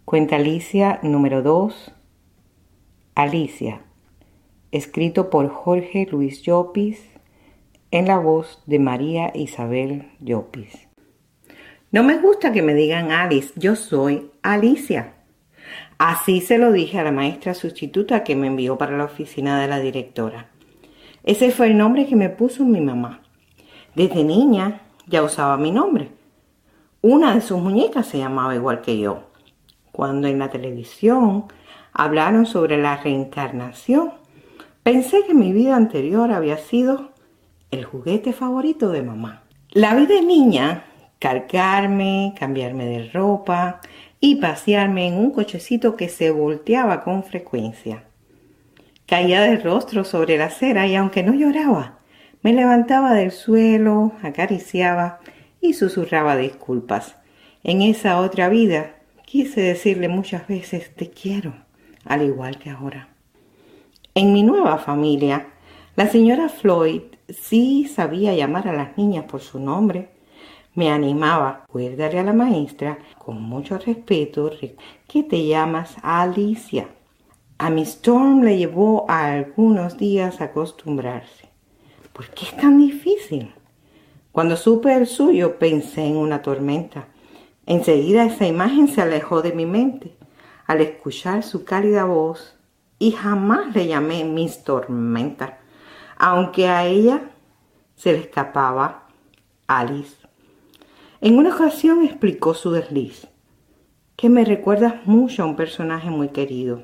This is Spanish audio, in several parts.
Cuenta Alicia número 2, Alicia, escrito por Jorge Luis Llopis, en la voz de María Isabel Llopis. No me gusta que me digan Alice, yo soy Alicia. Así se lo dije a la maestra sustituta que me envió para la oficina de la directora. Ese fue el nombre que me puso mi mamá. Desde niña ya usaba mi nombre. Una de sus muñecas se llamaba igual que yo. Cuando en la televisión hablaron sobre la reencarnación, pensé que mi vida anterior había sido el juguete favorito de mamá. La vi de niña cargarme, cambiarme de ropa y pasearme en un cochecito que se volteaba con frecuencia. Caía de rostro sobre la acera y aunque no lloraba, me levantaba del suelo, acariciaba y susurraba disculpas. En esa otra vida quise decirle muchas veces te quiero, al igual que ahora. En mi nueva familia, la señora Floyd sí sabía llamar a las niñas por su nombre. Me animaba, acuérdale a la maestra, con mucho respeto, que te llamas Alicia. A Miss Storm le llevó a algunos días acostumbrarse. ¿Por qué es tan difícil? Cuando supe el suyo, pensé en una tormenta. Enseguida esa imagen se alejó de mi mente al escuchar su cálida voz y jamás le llamé Miss Tormenta, aunque a ella se le escapaba Alice. En una ocasión explicó su desliz, que me recuerdas mucho a un personaje muy querido.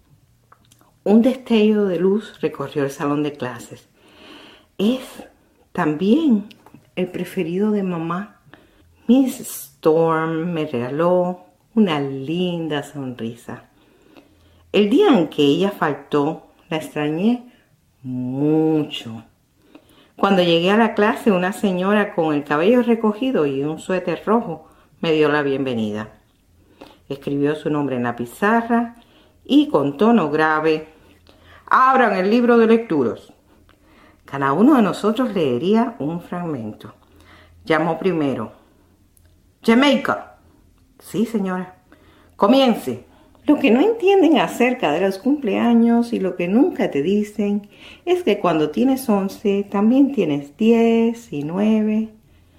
Un destello de luz recorrió el salón de clases. Es también el preferido de mamá. Miss Storm me regaló una linda sonrisa. El día en que ella faltó, la extrañé mucho. Cuando llegué a la clase, una señora con el cabello recogido y un suéter rojo me dio la bienvenida. Escribió su nombre en la pizarra y con tono grave: «Abran el libro de lecturas». Cada uno de nosotros leería un fragmento. Llamó primero: «Jamaica». «Sí, señora». «Comience». Lo que no entienden acerca de los cumpleaños y lo que nunca te dicen es que cuando tienes 11 también tienes 10 y 9.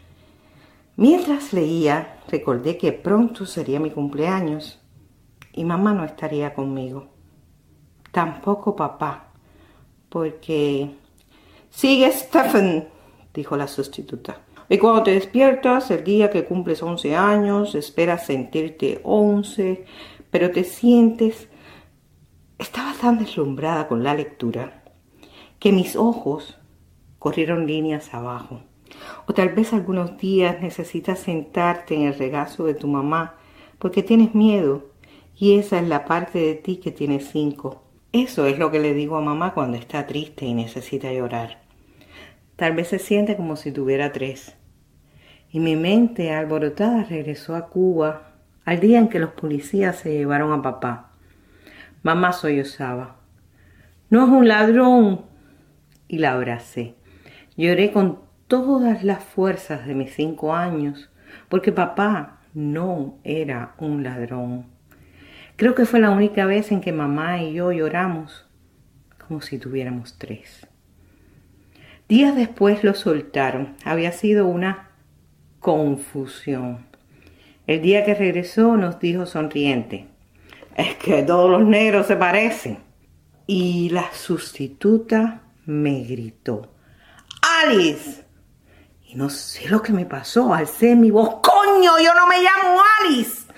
Mientras leía, recordé que pronto sería mi cumpleaños y mamá no estaría conmigo. Tampoco papá, porque... «Sigue, Stephen», dijo la sustituta. «Y cuando te despiertas, el día que cumples 11 años, esperas sentirte 11, pero te sientes...». Estaba tan deslumbrada con la lectura que mis ojos corrieron líneas abajo. O tal vez algunos días necesitas sentarte en el regazo de tu mamá porque tienes miedo y esa es la parte de ti que tiene 5. Eso es lo que le digo a mamá cuando está triste y necesita llorar. Tal vez se siente como si tuviera 3. Y mi mente alborotada regresó a Cuba al día en que los policías se llevaron a papá. Mamá sollozaba. «No es un ladrón». Y la abracé. Lloré con todas las fuerzas de mis 5 años porque papá no era un ladrón. Creo que fue la única vez en que mamá y yo lloramos como si tuviéramos 3. Días después lo soltaron. Había sido una confusión. El día que regresó nos dijo sonriente: «Es que todos los negros se parecen». Y la sustituta me gritó: «¡Alice!». Y no sé lo que me pasó. Alcé mi voz: «¡Coño, yo no me llamo Alice!».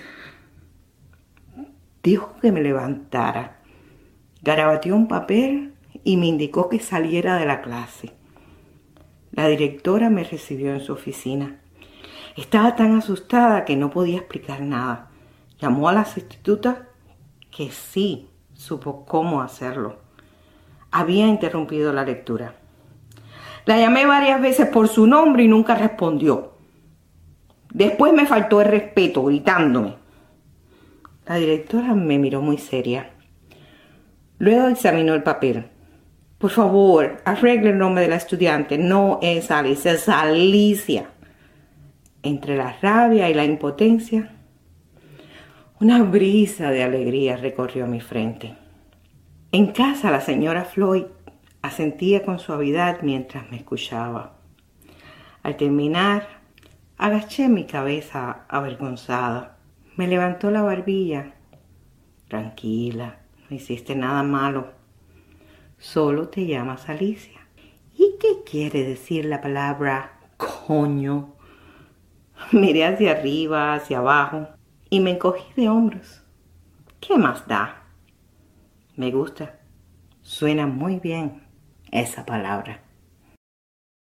Dijo que me levantara. Garabateó un papel y me indicó que saliera de la clase. La directora me recibió en su oficina. Estaba tan asustada que no podía explicar nada. Llamó a la sustituta, que sí supo cómo hacerlo. Había interrumpido la lectura. La llamé varias veces por su nombre y nunca respondió. Después me faltó el respeto, gritándome. La directora me miró muy seria. Luego examinó el papel. «Por favor, arregle el nombre de la estudiante. No es Alice, es Alicia». Entre la rabia y la impotencia: Una brisa de alegría recorrió mi frente. En casa la señora Floyd asentía con suavidad mientras me escuchaba. Al terminar, agaché mi cabeza avergonzada. Me levantó la barbilla. Tranquila, no hiciste nada malo. Solo te llamas Alicia. ¿Y qué quiere decir la palabra coño? Miré hacia arriba, hacia abajo y me encogí de hombros. ¿Qué más da? Me gusta. Suena muy bien esa palabra.